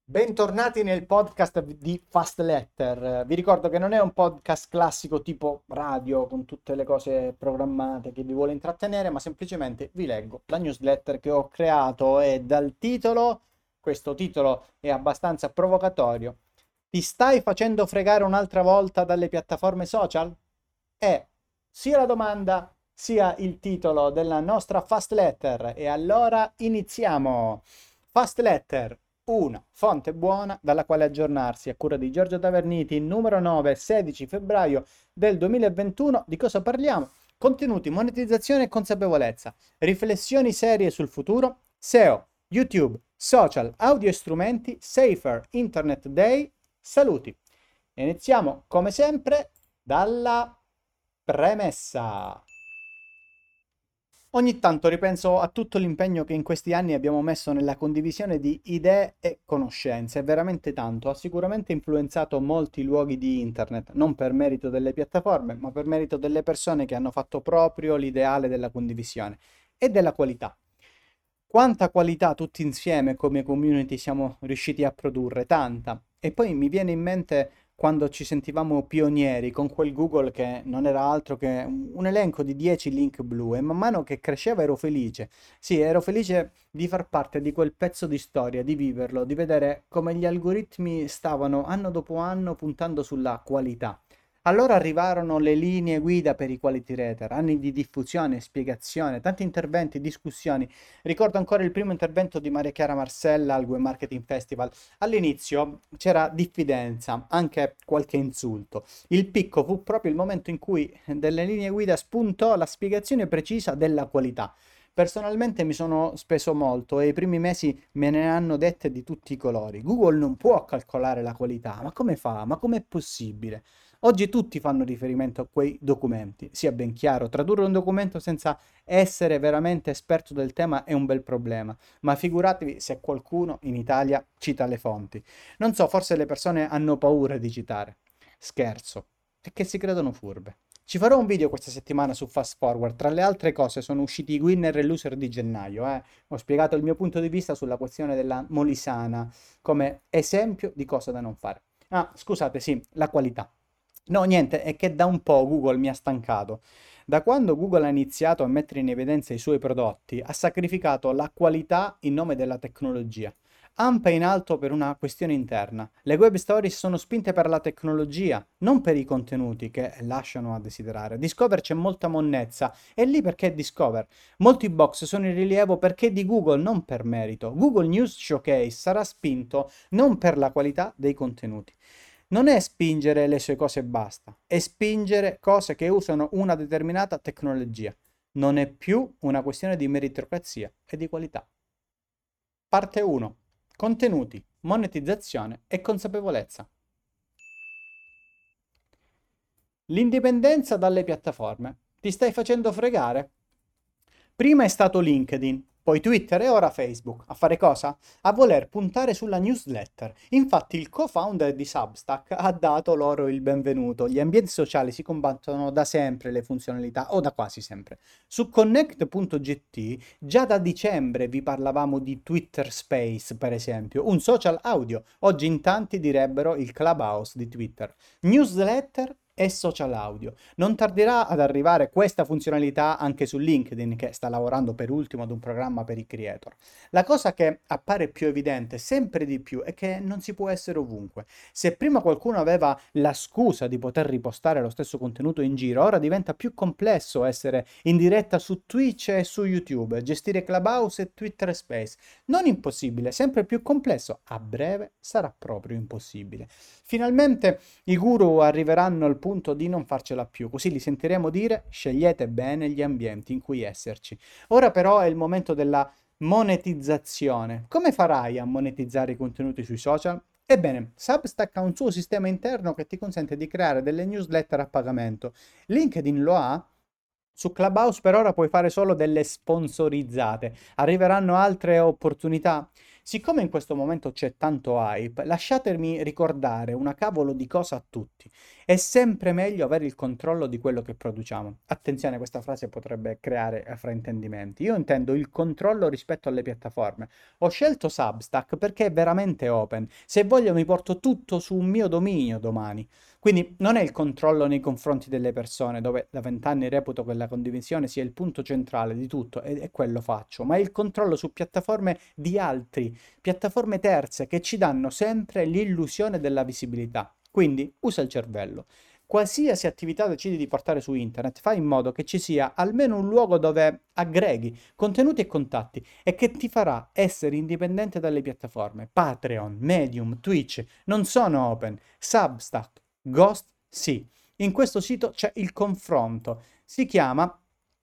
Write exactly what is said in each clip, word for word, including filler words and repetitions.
Bentornati nel podcast di Fast Letter. Vi ricordo che non è un podcast classico tipo radio con tutte le cose programmate che vi vuole intrattenere, ma semplicemente vi leggo la newsletter che ho creato e dal titolo, questo titolo è abbastanza provocatorio. Ti stai facendo fregare un'altra volta dalle piattaforme social? È sia la domanda sia il titolo della nostra Fast Letter. E allora iniziamo. Fast Letter, una fonte buona dalla quale aggiornarsi, a cura di Giorgio Taverniti, numero nove, sedici febbraio del duemilaventuno. Di cosa parliamo? Contenuti, monetizzazione e consapevolezza, riflessioni serie sul futuro, S E O, YouTube, social, audio e strumenti, Safer Internet Day, saluti. Iniziamo come sempre dalla premessa. Ogni tanto ripenso a tutto l'impegno che in questi anni abbiamo messo nella condivisione di idee e conoscenze, veramente tanto. Ha sicuramente influenzato molti luoghi di internet, non per merito delle piattaforme, ma per merito delle persone che hanno fatto proprio l'ideale della condivisione e della qualità. Quanta qualità tutti insieme come community siamo riusciti a produrre, tanta. E poi mi viene in mente quando ci sentivamo pionieri con quel Google che non era altro che un un elenco di dieci link blu e man mano che cresceva ero felice. Sì, ero felice di far parte di quel pezzo di storia, di viverlo, di vedere come gli algoritmi stavano anno dopo anno puntando sulla qualità. Allora arrivarono le linee guida per i quality rater, anni di diffusione, spiegazione, tanti interventi, discussioni. Ricordo ancora il primo intervento di Maria Chiara Marcella al Web Marketing Festival. All'inizio c'era diffidenza, anche qualche insulto. Il picco fu proprio il momento in cui delle linee guida spuntò la spiegazione precisa della qualità. Personalmente mi sono speso molto e i primi mesi me ne hanno dette di tutti i colori. Google non può calcolare la qualità, ma come fa? Ma com'è possibile? Oggi tutti fanno riferimento a quei documenti. Sia ben chiaro, tradurre un documento senza essere veramente esperto del tema è un bel problema, ma figuratevi se qualcuno in Italia cita le fonti. Non so, forse le persone hanno paura di citare. Scherzo, è che si credono furbe. Ci farò un video questa settimana su Fast Forward. Tra le altre cose sono usciti i winner e loser di gennaio. Eh. Ho spiegato il mio punto di vista sulla questione della Molisana come esempio di cosa da non fare. Ah, scusate, sì, la qualità. No, niente, è che da un po' Google mi ha stancato. Da quando Google ha iniziato a mettere in evidenza i suoi prodotti, ha sacrificato la qualità in nome della tecnologia. Ampa in alto per una questione interna. Le web stories sono spinte per la tecnologia, non per i contenuti che lasciano a desiderare. Discover c'è molta monnezza, è lì perché è Discover. Molti box sono in rilievo perché di Google, non per merito. Google News Showcase sarà spinto non per la qualità dei contenuti. Non è spingere le sue cose e basta, è spingere cose che usano una determinata tecnologia. Non è più una questione di meritocrazia e di qualità. Parte uno. Contenuti, monetizzazione e consapevolezza. L'indipendenza dalle piattaforme. Ti stai facendo fregare? Prima è stato LinkedIn, poi Twitter e ora Facebook. A fare cosa? A voler puntare sulla newsletter. Infatti il co-founder di Substack ha dato loro il benvenuto. Gli ambienti sociali si combattono da sempre le funzionalità, o da quasi sempre. Su connect punto g t già da dicembre vi parlavamo di Twitter Space, per esempio, un social audio. Oggi in tanti direbbero il Clubhouse di Twitter. Newsletter e social audio. Non tarderà ad arrivare questa funzionalità anche su LinkedIn, che sta lavorando per ultimo ad un programma per i creator. La cosa che appare più evidente sempre di più è che non si può essere ovunque. Se prima qualcuno aveva la scusa di poter ripostare lo stesso contenuto in giro, ora diventa più complesso essere in diretta su Twitch e su YouTube, gestire Clubhouse e Twitter Space. Non impossibile, sempre più complesso. A breve sarà proprio impossibile. Finalmente i guru arriveranno al punto di non farcela più, così li sentiremo dire scegliete bene gli ambienti in cui esserci. Ora però è il momento della monetizzazione. Come farai a monetizzare i contenuti sui social? Ebbene, Substack ha un suo sistema interno che ti consente di creare delle newsletter a pagamento. LinkedIn lo ha. Su Clubhouse per ora puoi fare solo delle sponsorizzate. Arriveranno altre opportunità? Siccome in questo momento c'è tanto hype, lasciatemi ricordare una cavolo di cosa a tutti. È sempre meglio avere il controllo di quello che produciamo. Attenzione, questa frase potrebbe creare eh, fraintendimenti. Io intendo il controllo rispetto alle piattaforme. Ho scelto Substack perché è veramente open. Se voglio mi porto tutto su un mio dominio domani. Quindi non è il controllo nei confronti delle persone, dove da vent'anni reputo che la condivisione sia il punto centrale di tutto e, e quello faccio, ma è il controllo su piattaforme di altri, piattaforme terze che ci danno sempre l'illusione della visibilità. Quindi usa il cervello. Qualsiasi attività decidi di portare su internet, fai in modo che ci sia almeno un luogo dove aggreghi contenuti e contatti e che ti farà essere indipendente dalle piattaforme. Patreon, Medium, Twitch non sono open. Substack, Ghost, sì. In questo sito c'è il confronto. Si chiama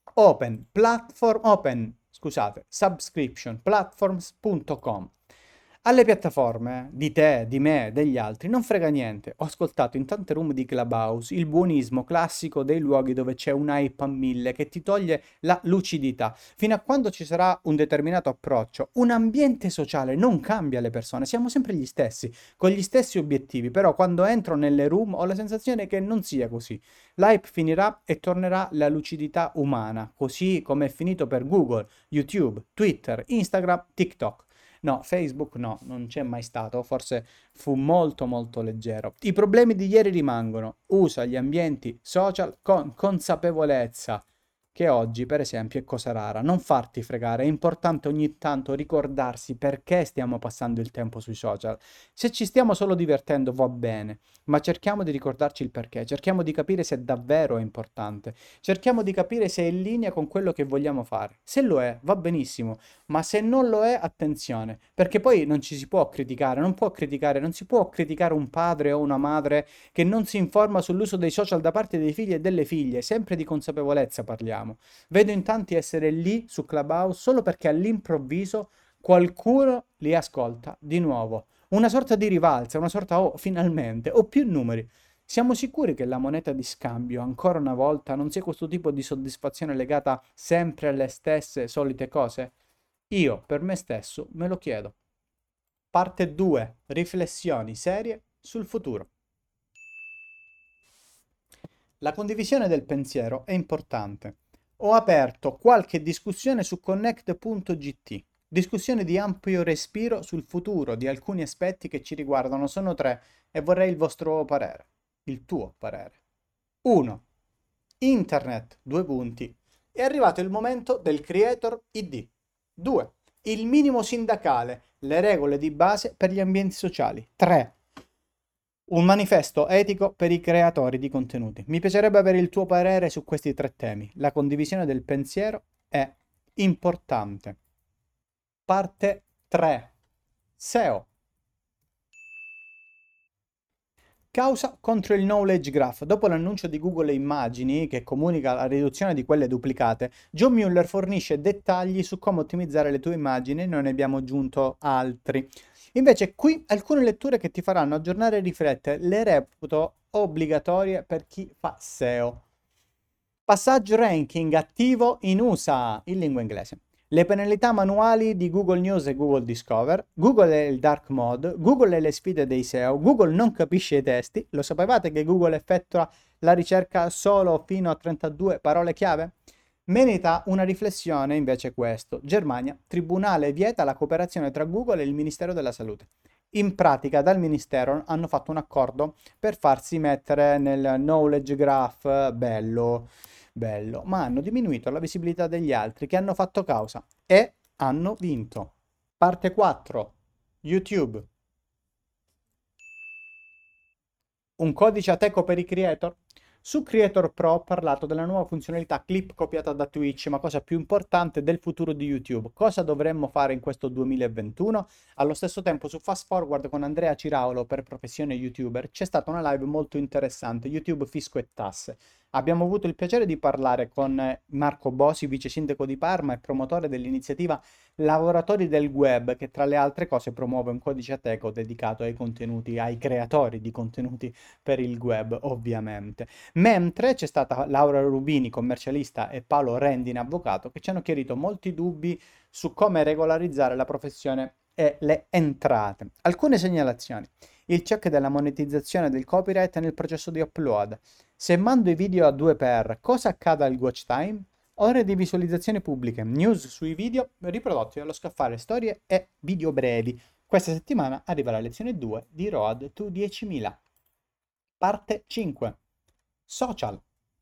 Open Platform, Open, scusate, Subscription Platforms punto com. Alle piattaforme, di te, di me, degli altri, non frega niente. Ho ascoltato in tante room di Clubhouse il buonismo classico dei luoghi dove c'è un hype a mille che ti toglie la lucidità. Fino a quando ci sarà un determinato approccio, un ambiente sociale non cambia le persone, siamo sempre gli stessi, con gli stessi obiettivi, però quando entro nelle room ho la sensazione che non sia così. L'hype finirà e tornerà la lucidità umana, così come è finito per Google, YouTube, Twitter, Instagram, TikTok. No, Facebook no, non c'è mai stato, forse fu molto molto leggero. I problemi di ieri rimangono. Usa gli ambienti social con consapevolezza, che oggi, per esempio, è cosa rara. Non farti fregare, è importante ogni tanto ricordarsi perché stiamo passando il tempo sui social. Se ci stiamo solo divertendo va bene, ma cerchiamo di ricordarci il perché, cerchiamo di capire se davvero è importante, cerchiamo di capire se è in linea con quello che vogliamo fare. Se lo è, va benissimo, ma se non lo è, attenzione, perché poi non ci si può criticare, non può criticare, non si può criticare un padre o una madre che non si informa sull'uso dei social da parte dei figli e delle figlie, sempre di consapevolezza parliamo. Vedo in tanti essere lì su Clubhouse solo perché all'improvviso qualcuno li ascolta di nuovo. Una sorta di rivalsa, una sorta, oh, finalmente, o più numeri. Siamo sicuri che la moneta di scambio, ancora una volta, non sia questo tipo di soddisfazione legata sempre alle stesse solite cose? Io, per me stesso, me lo chiedo. Parte due. Riflessioni serie sul futuro. La condivisione del pensiero è importante. Ho aperto qualche discussione su connect punto g t. Discussione di ampio respiro sul futuro di alcuni aspetti che ci riguardano. Sono tre e vorrei il vostro parere. Il tuo parere. uno. Internet, due punti. È arrivato il momento del Creator I D. due. Il minimo sindacale, le regole di base per gli ambienti sociali. tre. Un manifesto etico per i creatori di contenuti. Mi piacerebbe avere il tuo parere su questi tre temi. La condivisione del pensiero è importante. Parte tre. S E O. Causa contro il Knowledge Graph. Dopo l'annuncio di Google Immagini, che comunica la riduzione di quelle duplicate, John Mueller fornisce dettagli su come ottimizzare le tue immagini e noi ne abbiamo aggiunto altri. Invece qui alcune letture che ti faranno aggiornare e riflettere le reputo obbligatorie per chi fa S E O. Passaggio ranking attivo in U S A in lingua inglese. Le penalità manuali di Google News e Google Discover, Google è il dark mode, Google è le sfide dei S E O, Google non capisce i testi. Lo sapevate che Google effettua la ricerca solo fino a trentadue parole chiave? Merita una riflessione invece questo. Germania, tribunale vieta la cooperazione tra Google e il Ministero della Salute. In pratica dal Ministero hanno fatto un accordo per farsi mettere nel knowledge graph, bello, bello, ma hanno diminuito la visibilità degli altri che hanno fatto causa e hanno vinto. Parte quattro. YouTube. Un codice ateco per i creator? Su Creator Pro ho parlato della nuova funzionalità clip copiata da Twitch, ma cosa più importante del futuro di YouTube. Cosa dovremmo fare in questo duemilaventuno? Allo stesso tempo su Fast Forward con Andrea Ciraulo per professione YouTuber c'è stata una live molto interessante, YouTube Fisco e Tasse. Abbiamo avuto il piacere di parlare con Marco Bosi, vice sindaco di Parma e promotore dell'iniziativa Lavoratori del Web, che tra le altre cose promuove un codice ateco dedicato ai contenuti, ai creatori di contenuti per il web, ovviamente. Mentre c'è stata Laura Rubini, commercialista, e Paolo Rendin, avvocato, che ci hanno chiarito molti dubbi su come regolarizzare la professione e le entrate. Alcune segnalazioni. Il check della monetizzazione del copyright nel processo di upload. Se mando i video a due per, cosa accade al watch time? Ore di visualizzazione pubbliche, news sui video riprodotti dallo scaffale storie e video brevi. Questa settimana arriva la lezione due di Road to diecimila. Parte cinque. Social.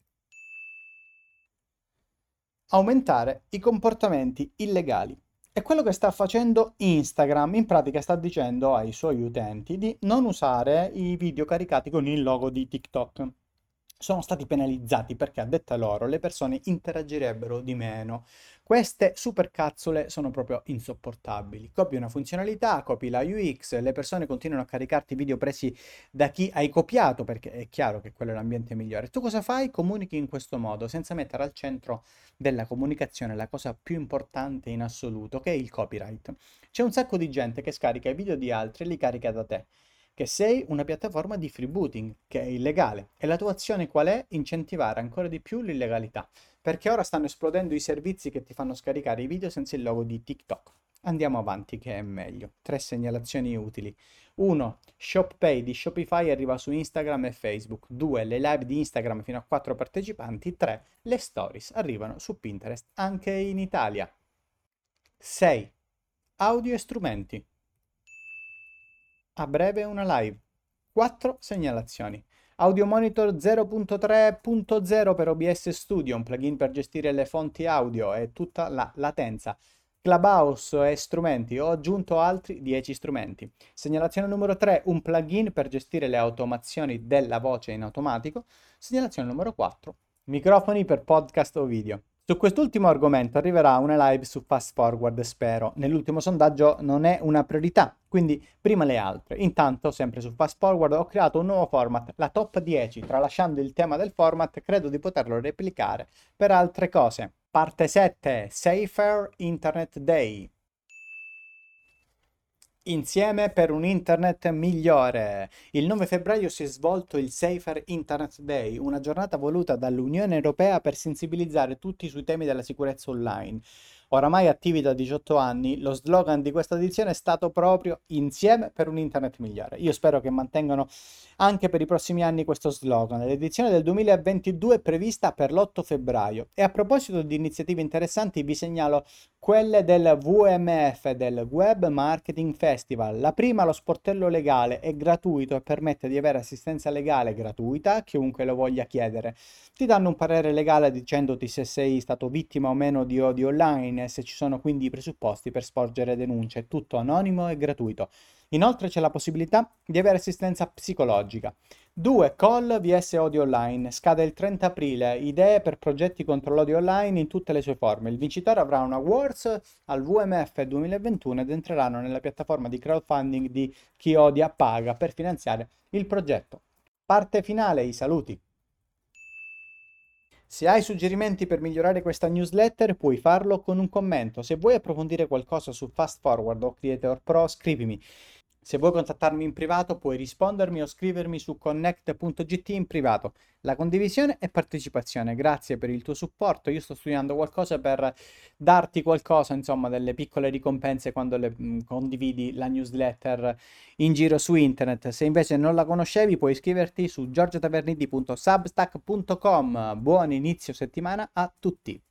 Aumentare i comportamenti illegali. È quello che sta facendo Instagram. In pratica sta dicendo ai suoi utenti di non usare i video caricati con il logo di TikTok. Sono stati penalizzati perché, a detta loro, le persone interagirebbero di meno. Queste supercazzole sono proprio insopportabili. Copi una funzionalità, copi la U X, le persone continuano a caricarti video presi da chi hai copiato, perché è chiaro che quello è l'ambiente migliore. Tu cosa fai? Comunichi in questo modo, senza mettere al centro della comunicazione la cosa più importante in assoluto, che è il copyright. C'è un sacco di gente che scarica i video di altri e li carica da te, che sei una piattaforma di freebooting, che è illegale. E la tua azione qual è? Incentivare ancora di più l'illegalità, perché ora stanno esplodendo i servizi che ti fanno scaricare i video senza il logo di TikTok. Andiamo avanti, che è meglio. Tre segnalazioni utili. uno. ShopPay di Shopify arriva su Instagram e Facebook. due. Le live di Instagram fino a quattro partecipanti. tre. Le stories arrivano su Pinterest anche in Italia. sei. Audio e strumenti. A breve una live. quattro segnalazioni. Audio Monitor zero punto tre punto zero per O B S Studio, un plugin per gestire le fonti audio e tutta la latenza. Clubhouse e strumenti, ho aggiunto altri dieci strumenti. Segnalazione numero tre, un plugin per gestire le automazioni della voce in automatico. Segnalazione numero quattro, microfoni per podcast o video. Su quest'ultimo argomento arriverà una live su Fast Forward, spero. Nell'ultimo sondaggio non è una priorità, quindi prima le altre. Intanto, sempre su Fast Forward, ho creato un nuovo format, la top dieci. Tralasciando il tema del format, credo di poterlo replicare per altre cose. Parte sette. Safer Internet Day. Insieme per un internet migliore. Il nove febbraio si è svolto il Safer Internet Day, una giornata voluta dall'Unione Europea per sensibilizzare tutti sui temi della sicurezza online. Oramai attivi da diciotto anni, lo slogan di questa edizione è stato proprio Insieme per un internet migliore. Io spero che mantengano anche per i prossimi anni questo slogan. L'edizione del duemilaventidue è prevista per l'otto febbraio. E a proposito di iniziative interessanti, vi segnalo quelle del W M F, del Web Marketing Festival. La prima, lo sportello legale, è gratuito e permette di avere assistenza legale gratuita a chiunque lo voglia chiedere. Ti danno un parere legale dicendoti se sei stato vittima o meno di odio online e se ci sono quindi i presupposti per sporgere denunce. Tutto anonimo e gratuito. Inoltre c'è la possibilità di avere assistenza psicologica. due. Call vs Odio Online. Scade il trenta aprile. Idee per progetti contro l'odio online in tutte le sue forme. Il vincitore avrà un awards al W M F duemilaventuno ed entreranno nella piattaforma di crowdfunding di Chi Odia Paga per finanziare il progetto. Parte finale, i saluti. Se hai suggerimenti per migliorare questa newsletter, puoi farlo con un commento. Se vuoi approfondire qualcosa su Fast Forward o Creator Pro, scrivimi. Se vuoi contattarmi in privato, puoi rispondermi o scrivermi su connect punto g t in privato. La condivisione e partecipazione. Grazie per il tuo supporto. Io sto studiando qualcosa per darti qualcosa, insomma, delle piccole ricompense quando le, mh, condividi la newsletter in giro su internet. Se invece non la conoscevi, puoi iscriverti su giorgio tavernidi punto substack punto com. Buon inizio settimana a tutti!